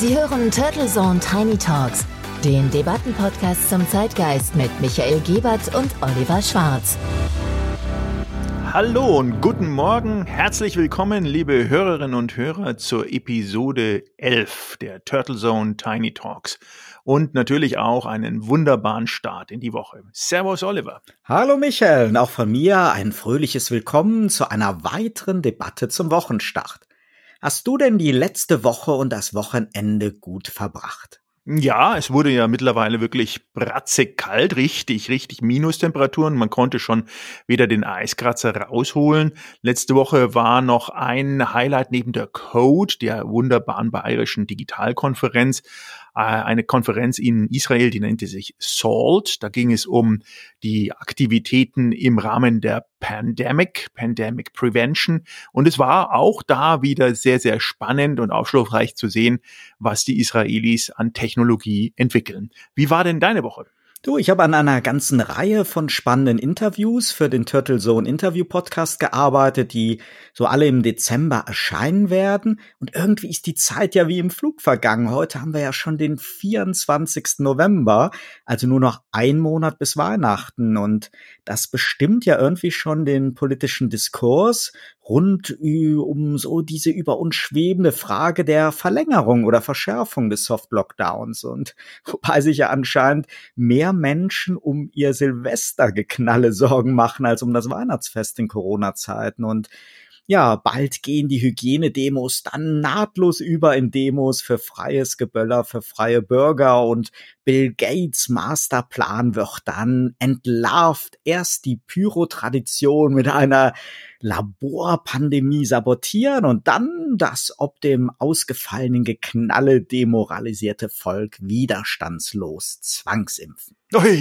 Sie hören Turtle Zone Tiny Talks, den Debattenpodcast zum Zeitgeist mit Michael Gebert und Oliver Schwarz. Hallo und guten Morgen, herzlich willkommen, liebe Hörerinnen und Hörer, zur Episode 11 der Turtle Zone Tiny Talks und natürlich auch einen wunderbaren Start in die Woche. Servus Oliver. Hallo Michael und auch von mir ein fröhliches Willkommen zu einer weiteren Debatte zum Wochenstart. Hast du denn die letzte Woche und das Wochenende gut verbracht? Ja, es wurde ja mittlerweile wirklich bratzig kalt, richtig Minustemperaturen. Man konnte schon wieder den Eiskratzer rausholen. Letzte Woche war noch ein Highlight neben der Code, der wunderbaren bayerischen Digitalkonferenz, eine Konferenz in Israel, die nannte sich SALT. Da ging es um die Aktivitäten im Rahmen der Pandemic Prevention. Und es war auch da wieder sehr, sehr spannend und aufschlussreich zu sehen, was die Israelis an Technologie entwickeln. Wie war denn deine Woche? Du, ich habe an einer ganzen Reihe von spannenden Interviews für den Turtle Zone Interview Podcast gearbeitet, die so alle im Dezember erscheinen werden. Und irgendwie ist die Zeit ja wie im Flug vergangen. Heute haben wir ja schon den 24. November, also nur noch ein Monat bis Weihnachten. Und das bestimmt ja irgendwie schon den politischen Diskurs rund um so diese über uns schwebende Frage der Verlängerung oder Verschärfung des Soft-Lockdowns. Und wobei sich ja anscheinend mehr Menschen um ihr Silvestergeknalle Sorgen machen als um das Weihnachtsfest in Corona-Zeiten. Und ja, bald gehen die Hygienedemos dann nahtlos über in Demos für freies Geböller, für freie Bürger, und Bill Gates Masterplan wird dann entlarvt. Erst die Pyro-Tradition mit einer Laborpandemie sabotieren und dann das ob dem ausgefallenen Geknalle demoralisierte Volk widerstandslos zwangsimpfen.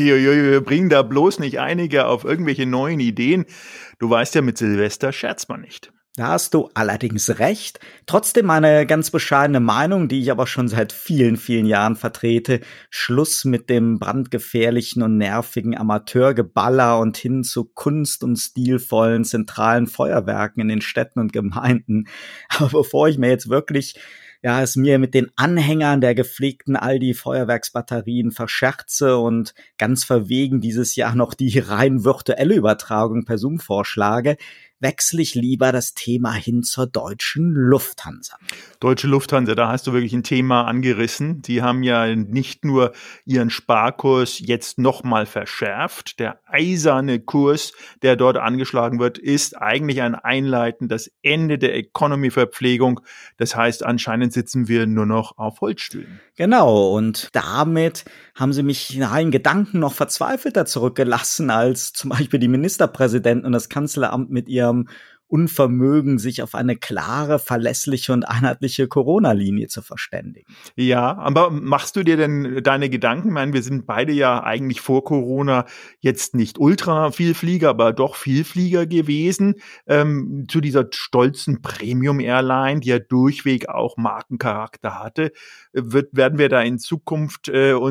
Bring da bloß nicht einige auf irgendwelche neuen Ideen. Du weißt ja, mit Silvester scherzt man nicht. Da hast du allerdings recht. Trotzdem eine ganz bescheidene Meinung, die ich aber schon seit vielen Jahren vertrete. Schluss mit dem brandgefährlichen und nervigen Amateurgeballer und hin zu Kunst- und stilvollen zentralen Feuerwerken in den Städten und Gemeinden. Aber bevor ich mir jetzt wirklich es mir mit den Anhängern der gepflegten Aldi-Feuerwerksbatterien verscherze und ganz verwegen dieses Jahr noch die rein virtuelle Übertragung per Zoom vorschlage, wechsle ich lieber das Thema hin zur Deutschen Lufthansa. Deutsche Lufthansa, da hast du wirklich ein Thema angerissen. Die haben ja nicht nur ihren Sparkurs jetzt nochmal verschärft. Der eiserne Kurs, der dort angeschlagen wird, ist eigentlich ein Einleiten, das Ende der Economy-Verpflegung. Das heißt, anscheinend sitzen wir nur noch auf Holzstühlen. Genau, und damit haben sie mich in Gedanken noch verzweifelter zurückgelassen als zum Beispiel die Ministerpräsidenten und das Kanzleramt mit ihrem Unvermögen, sich auf eine klare, verlässliche und einheitliche Corona-Linie zu verständigen. Ja, aber machst du dir denn deine Gedanken? Ich meine, wir sind beide ja eigentlich vor Corona jetzt nicht ultra Vielflieger, aber doch Vielflieger gewesen. Zu dieser stolzen Premium-Airline, die ja durchweg auch Markencharakter hatte, werden wir da in Zukunft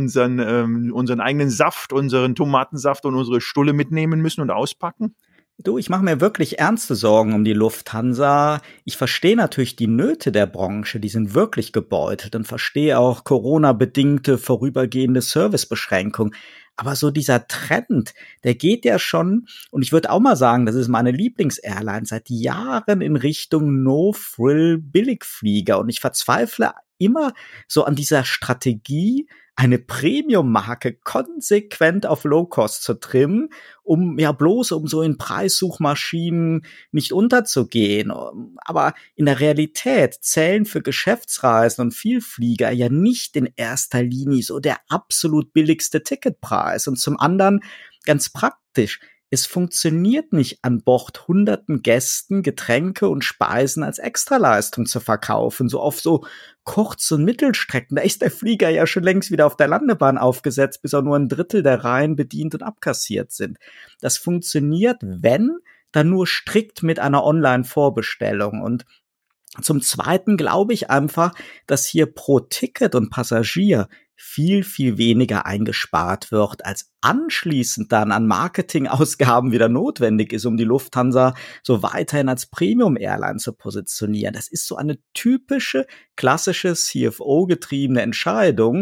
unseren eigenen Saft, unseren Tomatensaft und unsere Stulle mitnehmen müssen und auspacken? Du, ich mache mir wirklich ernste Sorgen um die Lufthansa. Ich verstehe natürlich die Nöte der Branche, die sind wirklich gebeutelt, und verstehe auch Corona-bedingte vorübergehende Servicebeschränkungen. Aber so dieser Trend, der geht ja schon, und ich würde auch mal sagen, das ist meine Lieblings-Airline, seit Jahren in Richtung No-Frill-Billigflieger. Und ich verzweifle immer so an dieser Strategie, eine Premium-Marke konsequent auf Low-Cost zu trimmen, um so in Preissuchmaschinen nicht unterzugehen. Aber in der Realität zählen für Geschäftsreisen und Vielflieger ja nicht in erster Linie so der absolut billigste Ticketpreis. Und zum anderen, ganz praktisch, es funktioniert nicht, an Bord hunderten Gästen Getränke und Speisen als Extraleistung zu verkaufen. So auf so Kurz- und Mittelstrecken, da ist der Flieger ja schon längst wieder auf der Landebahn aufgesetzt, bis auch nur ein Drittel der Reihen bedient und abkassiert sind. Das funktioniert, wenn, dann nur strikt mit einer Online-Vorbestellung. Und zum Zweiten glaube ich einfach, dass hier pro Ticket und Passagier viel, viel weniger eingespart wird, als anschließend dann an Marketingausgaben wieder notwendig ist, um die Lufthansa so weiterhin als Premium-Airline zu positionieren. Das ist so eine typische, klassische CFO-getriebene Entscheidung.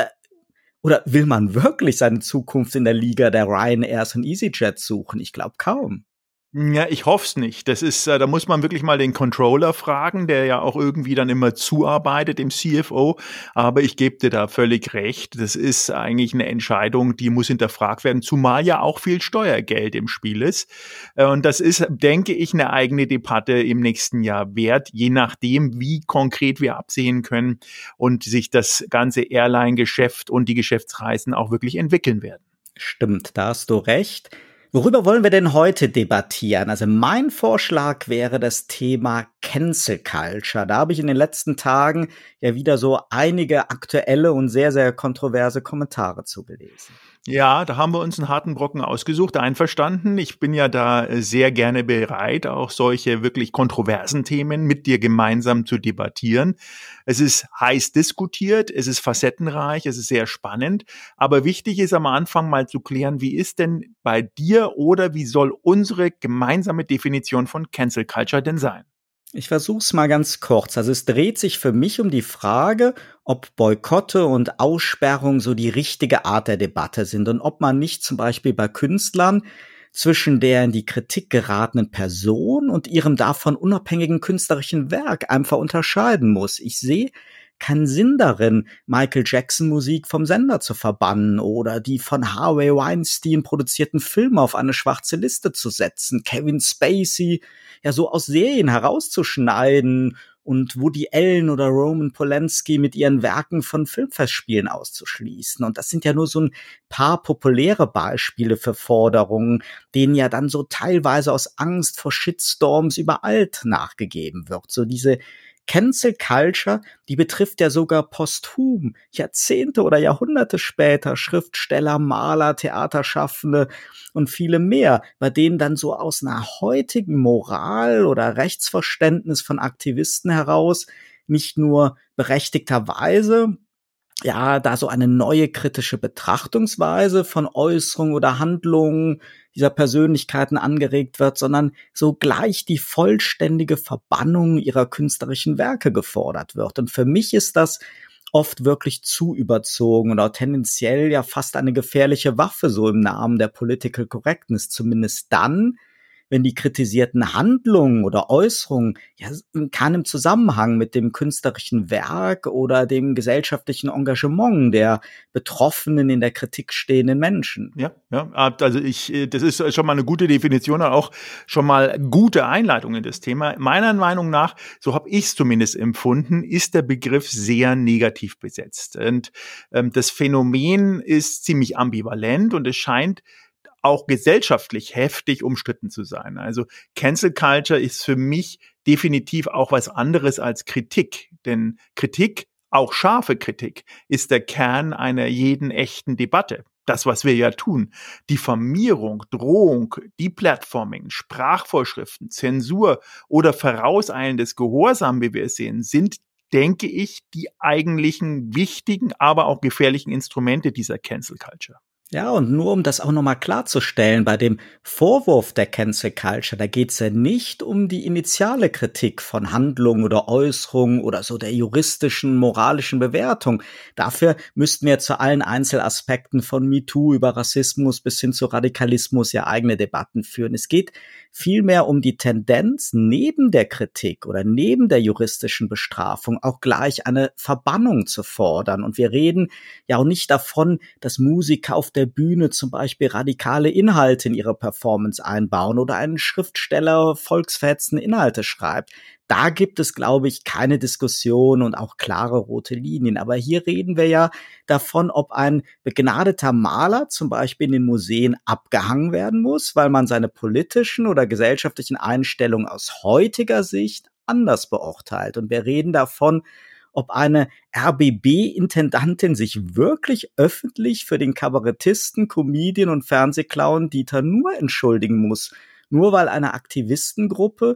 Oder will man wirklich seine Zukunft in der Liga der Ryanairs und EasyJets suchen? Ich glaube kaum. Ja, ich hoff's nicht. Das ist, da muss man wirklich mal den Controller fragen, der ja auch irgendwie dann immer zuarbeitet, dem CFO. Aber ich gebe dir da völlig recht. Das ist eigentlich eine Entscheidung, die muss hinterfragt werden, zumal ja auch viel Steuergeld im Spiel ist. Und das ist, denke ich, eine eigene Debatte im nächsten Jahr wert, je nachdem, wie konkret wir absehen können und sich das ganze Airline-Geschäft und die Geschäftsreisen auch wirklich entwickeln werden. Stimmt, da hast du recht. Worüber wollen wir denn heute debattieren? Also mein Vorschlag wäre das Thema Cancel Culture. Da habe ich in den letzten Tagen ja wieder so einige aktuelle und sehr, sehr kontroverse Kommentare zugelesen. Ja, da haben wir uns einen harten Brocken ausgesucht, einverstanden. Ich bin ja da sehr gerne bereit, auch solche wirklich kontroversen Themen mit dir gemeinsam zu debattieren. Es ist heiß diskutiert, es ist facettenreich, es ist sehr spannend. Aber wichtig ist am Anfang mal zu klären, wie ist denn bei dir oder wie soll unsere gemeinsame Definition von Cancel Culture denn sein? Ich versuch's mal ganz kurz. Also es dreht sich für mich um die Frage, ob Boykotte und Aussperrung so die richtige Art der Debatte sind und ob man nicht zum Beispiel bei Künstlern zwischen der in die Kritik geratenen Person und ihrem davon unabhängigen künstlerischen Werk einfach unterscheiden muss. Ich sehe keinen Sinn darin, Michael Jackson Musik vom Sender zu verbannen oder die von Harvey Weinstein produzierten Filme auf eine schwarze Liste zu setzen, Kevin Spacey ja so aus Serien herauszuschneiden und Woody Allen oder Roman Polanski mit ihren Werken von Filmfestspielen auszuschließen. Und das sind ja nur so ein paar populäre Beispiele für Forderungen, denen ja dann so teilweise aus Angst vor Shitstorms überall nachgegeben wird. So diese Cancel Culture, die betrifft ja sogar posthum, Jahrzehnte oder Jahrhunderte später, Schriftsteller, Maler, Theaterschaffende und viele mehr, bei denen dann so aus einer heutigen Moral oder Rechtsverständnis von Aktivisten heraus nicht nur berechtigterweise ja, da so eine neue kritische Betrachtungsweise von Äußerungen oder Handlungen dieser Persönlichkeiten angeregt wird, sondern sogleich die vollständige Verbannung ihrer künstlerischen Werke gefordert wird. Und für mich ist das oft wirklich zu überzogen oder tendenziell ja fast eine gefährliche Waffe, so im Namen der Political Correctness, zumindest dann, wenn die kritisierten Handlungen oder Äußerungen ja in keinem Zusammenhang mit dem künstlerischen Werk oder dem gesellschaftlichen Engagement der betroffenen, in der Kritik stehenden Menschen. Ja, also das ist schon mal eine gute Definition, auch schon mal gute Einleitung in das Thema. Meiner Meinung nach, so habe ich es zumindest empfunden, ist der Begriff sehr negativ besetzt. Und das Phänomen ist ziemlich ambivalent und es scheint auch gesellschaftlich heftig umstritten zu sein. Also Cancel Culture ist für mich definitiv auch was anderes als Kritik. Denn Kritik, auch scharfe Kritik, ist der Kern einer jeden echten Debatte. Das, was wir ja tun. Diffamierung, Drohung, Deplatforming, Sprachvorschriften, Zensur oder vorauseilendes Gehorsam, wie wir es sehen, sind, denke ich, die eigentlichen wichtigen, aber auch gefährlichen Instrumente dieser Cancel Culture. Ja, und nur um das auch nochmal klarzustellen, bei dem Vorwurf der Cancel Culture, da geht's ja nicht um die initiale Kritik von Handlungen oder Äußerungen oder so der juristischen, moralischen Bewertung. Dafür müssten wir zu allen Einzelaspekten von MeToo über Rassismus bis hin zu Radikalismus ja eigene Debatten führen. Es geht vielmehr um die Tendenz, neben der Kritik oder neben der juristischen Bestrafung auch gleich eine Verbannung zu fordern. Und wir reden ja auch nicht davon, dass Musiker auf der Bühne zum Beispiel radikale Inhalte in ihre Performance einbauen oder ein Schriftsteller volksverhetzende Inhalte schreibt. Da gibt es, glaube ich, keine Diskussion und auch klare rote Linien. Aber hier reden wir ja davon, ob ein begnadeter Maler zum Beispiel in den Museen abgehangen werden muss, weil man seine politischen oder gesellschaftlichen Einstellungen aus heutiger Sicht anders beurteilt. Und wir reden davon, ob eine RBB-Intendantin sich wirklich öffentlich für den Kabarettisten, Comedian und Fernsehclown Dieter Nuhr entschuldigen muss, nur weil eine Aktivistengruppe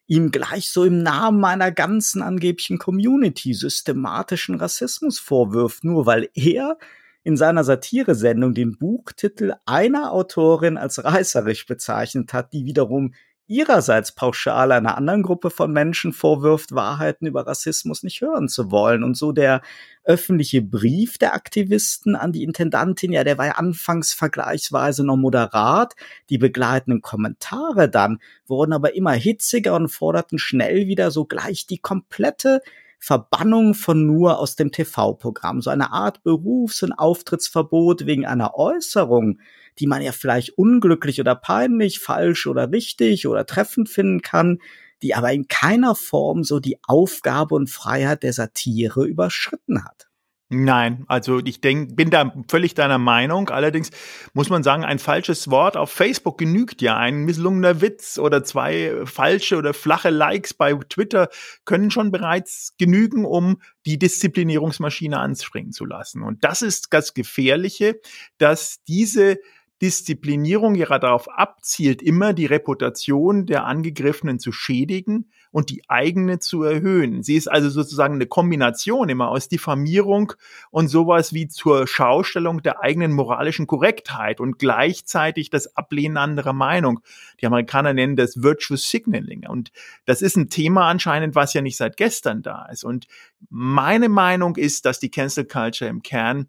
ihm gleich so im Namen einer ganzen angeblichen Community systematischen Rassismus vorwirft, nur weil er in seiner Satiresendung den Buchtitel einer Autorin als reißerisch bezeichnet hat, die wiederum ihrerseits pauschal einer anderen Gruppe von Menschen vorwirft, Wahrheiten über Rassismus nicht hören zu wollen. Und so der öffentliche Brief der Aktivisten an die Intendantin, ja, der war ja anfangs vergleichsweise noch moderat. Die begleitenden Kommentare dann wurden aber immer hitziger und forderten schnell wieder so gleich die komplette Verbannung von Nur aus dem TV-Programm. So eine Art Berufs- und Auftrittsverbot wegen einer Äußerung, die man ja vielleicht unglücklich oder peinlich, falsch oder richtig oder treffend finden kann, die aber in keiner Form so die Aufgabe und Freiheit der Satire überschritten hat. Nein, also ich bin da völlig deiner Meinung. Allerdings muss man sagen, ein falsches Wort auf Facebook genügt ja. Ein misslungener Witz oder 2 falsche oder flache Likes bei Twitter können schon bereits genügen, um die Disziplinierungsmaschine anspringen zu lassen. Und das ist das Gefährliche, dass diese Disziplinierung ja darauf abzielt, immer die Reputation der Angegriffenen zu schädigen und die eigene zu erhöhen. Sie ist also sozusagen eine Kombination immer aus Diffamierung und sowas wie zur Schaustellung der eigenen moralischen Korrektheit und gleichzeitig das Ablehnen anderer Meinung. Die Amerikaner nennen das Virtuous Signaling. Und das ist ein Thema anscheinend, was ja nicht seit gestern da ist. Und meine Meinung ist, dass die Cancel Culture im Kern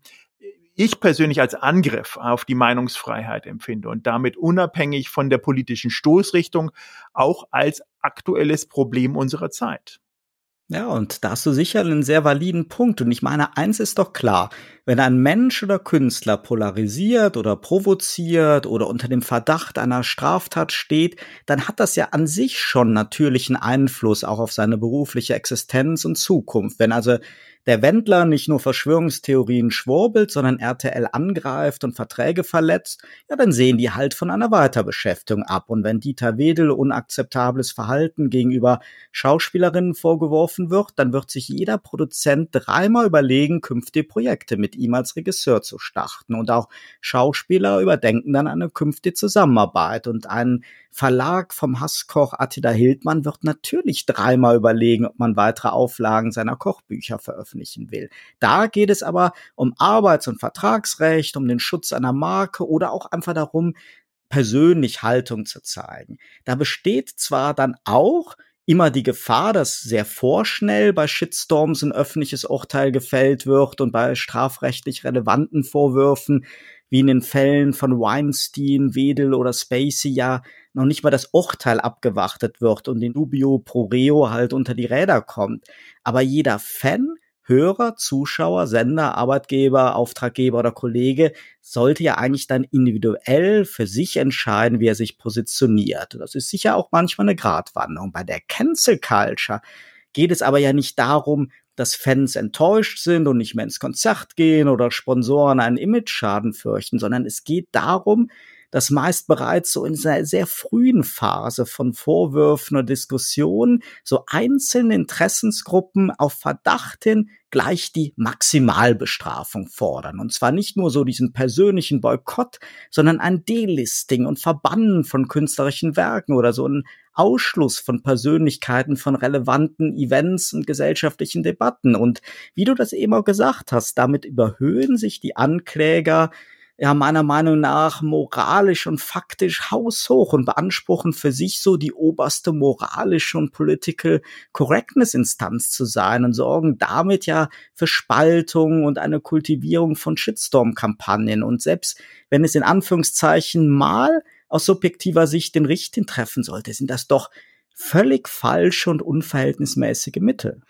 ich persönlich als Angriff auf die Meinungsfreiheit empfinde und damit unabhängig von der politischen Stoßrichtung auch als aktuelles Problem unserer Zeit. Ja, und da hast du sicher einen sehr validen Punkt. Und ich meine, eins ist doch klar, wenn ein Mensch oder Künstler polarisiert oder provoziert oder unter dem Verdacht einer Straftat steht, dann hat das ja an sich schon natürlichen Einfluss auch auf seine berufliche Existenz und Zukunft. Wenn also der Wendler nicht nur Verschwörungstheorien schwurbelt, sondern RTL angreift und Verträge verletzt, ja, dann sehen die halt von einer Weiterbeschäftigung ab. Und wenn Dieter Wedel unakzeptables Verhalten gegenüber Schauspielerinnen vorgeworfen wird, dann wird sich jeder Produzent 3-mal überlegen, künftige Projekte mit ihm als Regisseur zu starten. Und auch Schauspieler überdenken dann eine künftige Zusammenarbeit. Und ein Verlag vom Hasskoch Attila Hildmann wird natürlich 3-mal überlegen, ob man weitere Auflagen seiner Kochbücher veröffentlichen will. Da geht es aber um Arbeits- und Vertragsrecht, um den Schutz einer Marke oder auch einfach darum, persönlich Haltung zu zeigen. Da besteht zwar dann auch immer die Gefahr, dass sehr vorschnell bei Shitstorms ein öffentliches Urteil gefällt wird und bei strafrechtlich relevanten Vorwürfen, wie in den Fällen von Weinstein, Wedel oder Spacey, ja noch nicht mal das Urteil abgewartet wird und den Dubio pro reo halt unter die Räder kommt. Aber jeder Fan, Hörer, Zuschauer, Sender, Arbeitgeber, Auftraggeber oder Kollege sollte ja eigentlich dann individuell für sich entscheiden, wie er sich positioniert. Das ist sicher auch manchmal eine Gratwanderung. Bei der Cancel Culture geht es aber ja nicht darum, dass Fans enttäuscht sind und nicht mehr ins Konzert gehen oder Sponsoren einen Image-Schaden fürchten, sondern es geht darum, dass meist bereits so in einer sehr frühen Phase von Vorwürfen oder Diskussionen so einzelne Interessensgruppen auf Verdacht hin gleich die Maximalbestrafung fordern. Und zwar nicht nur so diesen persönlichen Boykott, sondern ein Delisting und Verbannen von künstlerischen Werken oder so ein Ausschluss von Persönlichkeiten von relevanten Events und gesellschaftlichen Debatten. Und wie du das eben auch gesagt hast, damit überhöhen sich die Ankläger ja meiner Meinung nach moralisch und faktisch haushoch und beanspruchen für sich so die oberste moralische und Political Correctness Instanz zu sein und sorgen damit ja für Spaltung und eine Kultivierung von Shitstorm-Kampagnen. Und selbst wenn es in Anführungszeichen mal aus subjektiver Sicht den Richtigen treffen sollte, sind das doch völlig falsche und unverhältnismäßige Mittel.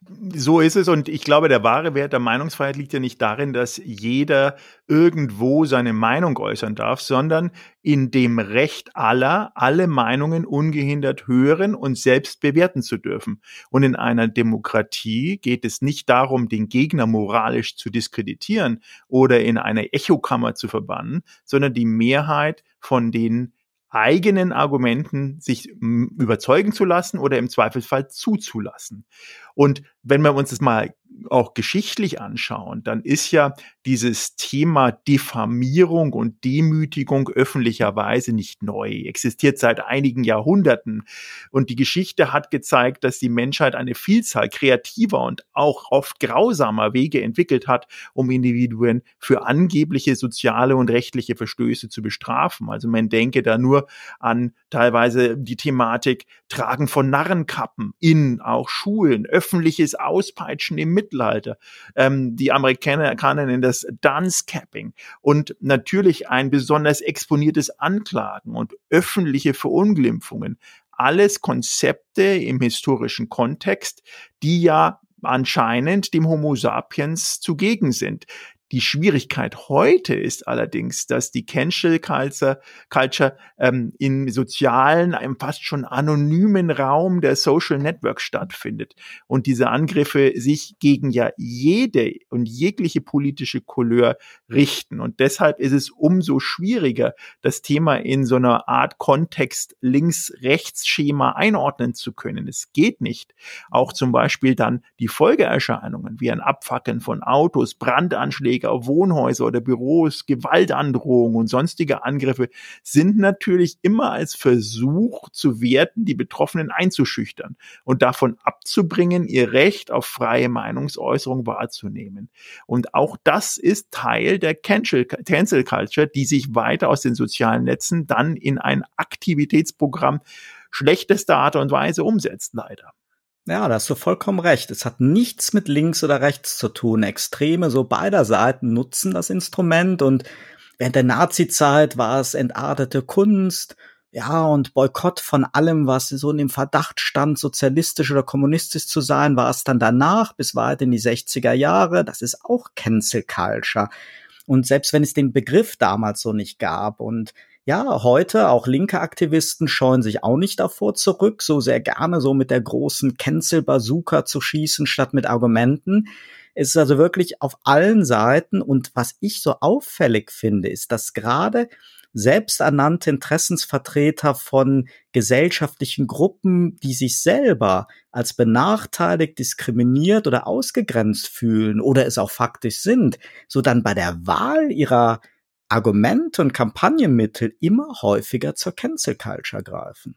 So ist es, und ich glaube, der wahre Wert der Meinungsfreiheit liegt ja nicht darin, dass jeder irgendwo seine Meinung äußern darf, sondern in dem Recht aller, alle Meinungen ungehindert hören und selbst bewerten zu dürfen. Und in einer Demokratie geht es nicht darum, den Gegner moralisch zu diskreditieren oder in eine Echokammer zu verbannen, sondern die Mehrheit von den eigenen Argumenten sich überzeugen zu lassen oder im Zweifelsfall zuzulassen. Und wenn wir uns das mal auch geschichtlich anschauen, dann ist ja dieses Thema Diffamierung und Demütigung öffentlicherweise nicht neu, existiert seit einigen Jahrhunderten. Und die Geschichte hat gezeigt, dass die Menschheit eine Vielzahl kreativer und auch oft grausamer Wege entwickelt hat, um Individuen für angebliche soziale und rechtliche Verstöße zu bestrafen. Also man denke da nur an teilweise die Thematik Tragen von Narrenkappen in auch Schulen, öffentliches Auspeitschen im Mittelalter. Die Amerikaner nennen das Dunce-Capping und natürlich ein besonders exponiertes Anklagen und öffentliche Verunglimpfungen. Alles Konzepte im historischen Kontext, die ja anscheinend dem Homo sapiens zugegen sind. Die Schwierigkeit heute ist allerdings, dass die Cancel Culture im sozialen, einem fast schon anonymen Raum der Social Networks stattfindet und diese Angriffe sich gegen ja jede und jegliche politische Couleur richten. Und deshalb ist es umso schwieriger, das Thema in so einer Art Kontext Links-Rechts-Schema einordnen zu können. Es geht nicht. Auch zum Beispiel dann die Folgeerscheinungen wie ein Abfackeln von Autos, Brandanschläge auf Wohnhäuser oder Büros, Gewaltandrohungen und sonstige Angriffe sind natürlich immer als Versuch zu werten, die Betroffenen einzuschüchtern und davon abzubringen, ihr Recht auf freie Meinungsäußerung wahrzunehmen. Und auch das ist Teil der Cancel Culture, die sich weiter aus den sozialen Netzen dann in ein Aktivitätsprogramm schlechtester Art und Weise umsetzt, leider. Ja, da hast du vollkommen recht. Es hat nichts mit links oder rechts zu tun. Extreme so beider Seiten nutzen das Instrument und während der Nazi-Zeit war es entartete Kunst, ja, und Boykott von allem, was so in dem Verdacht stand, sozialistisch oder kommunistisch zu sein, war es dann danach bis weit in die 60er Jahre. Das ist auch Cancel Culture. Und selbst wenn es den Begriff damals so nicht gab und ja, heute auch linke Aktivisten scheuen sich auch nicht davor zurück, so sehr gerne so mit der großen Cancel-Bazooka zu schießen, statt mit Argumenten. Es ist also wirklich auf allen Seiten. Und was ich so auffällig finde, ist, dass gerade selbsternannte Interessensvertreter von gesellschaftlichen Gruppen, die sich selber als benachteiligt, diskriminiert oder ausgegrenzt fühlen oder es auch faktisch sind, so dann bei der Wahl ihrer Argumente und Kampagnenmittel immer häufiger zur Cancel Culture greifen.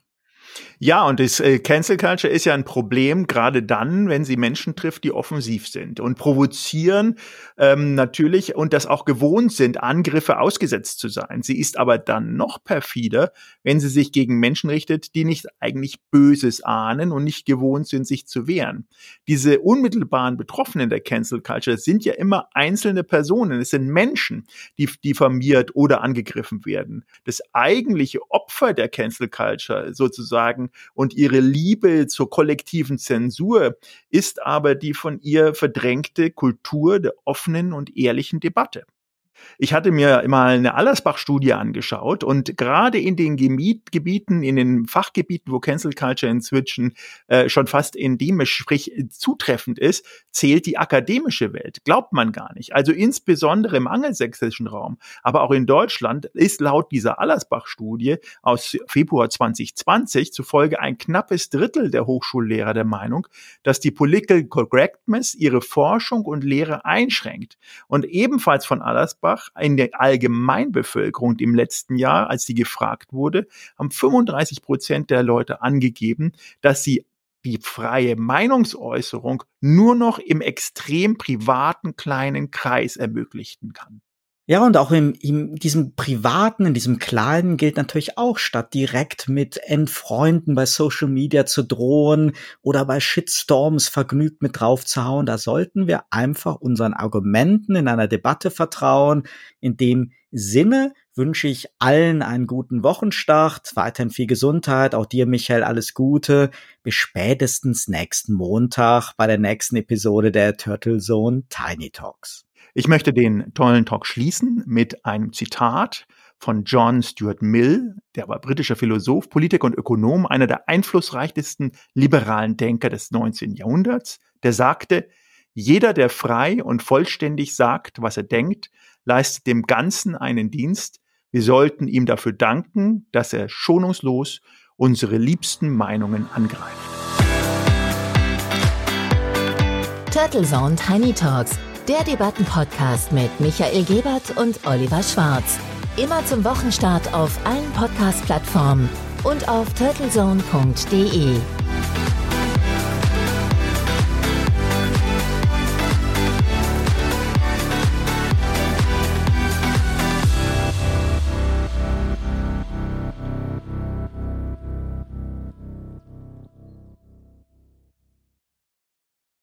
Ja, und das Cancel Culture ist ja ein Problem, gerade dann, wenn sie Menschen trifft, die offensiv sind und provozieren natürlich und das auch gewohnt sind, Angriffe ausgesetzt zu sein. Sie ist aber dann noch perfider, wenn sie sich gegen Menschen richtet, die nicht eigentlich Böses ahnen und nicht gewohnt sind, sich zu wehren. Diese unmittelbaren Betroffenen der Cancel Culture sind ja immer einzelne Personen. Es sind Menschen, die diffamiert oder angegriffen werden. Das eigentliche Opfer der Cancel Culture sozusagen und ihre Liebe zur kollektiven Zensur ist aber die von ihr verdrängte Kultur der offenen und ehrlichen Debatte. Ich hatte mir mal eine Allersbach-Studie angeschaut und gerade in den Gebieten, in den Fachgebieten, wo Cancel Culture inzwischen schon fast endemisch, sprich zutreffend ist, zählt die akademische Welt. Glaubt man gar nicht. Also insbesondere im angelsächsischen Raum, aber auch in Deutschland ist laut dieser Allersbach-Studie aus Februar 2020 zufolge ein knappes Drittel der Hochschullehrer der Meinung, dass die Political Correctness ihre Forschung und Lehre einschränkt. Und ebenfalls von Allersbach in der Allgemeinbevölkerung im letzten Jahr, als sie gefragt wurde, haben 35% der Leute angegeben, dass sie die freie Meinungsäußerung nur noch im extrem privaten kleinen Kreis ermöglichen kann. Ja, und auch in diesem Privaten, in diesem Kleinen gilt natürlich auch, statt direkt mit Entfreunden bei Social Media zu drohen oder bei Shitstorms vergnügt mit draufzuhauen, da sollten wir einfach unseren Argumenten in einer Debatte vertrauen. In dem Sinne wünsche ich allen einen guten Wochenstart, weiterhin viel Gesundheit, auch dir, Michael, alles Gute. Bis spätestens nächsten Montag bei der nächsten Episode der Turtle Zone Tiny Talks. Ich möchte den tollen Talk schließen mit einem Zitat von John Stuart Mill, der war britischer Philosoph, Politiker und Ökonom, einer der einflussreichsten liberalen Denker des 19. Jahrhunderts, der sagte, jeder, der frei und vollständig sagt, was er denkt, leistet dem Ganzen einen Dienst. Wir sollten ihm dafür danken, dass er schonungslos unsere liebsten Meinungen angreift. Turtle Zone Tiny Talks, Der Debatten-Podcast mit Michael Gebert und Oliver Schwarz. Immer zum Wochenstart auf allen Podcast-Plattformen und auf turtlezone.de.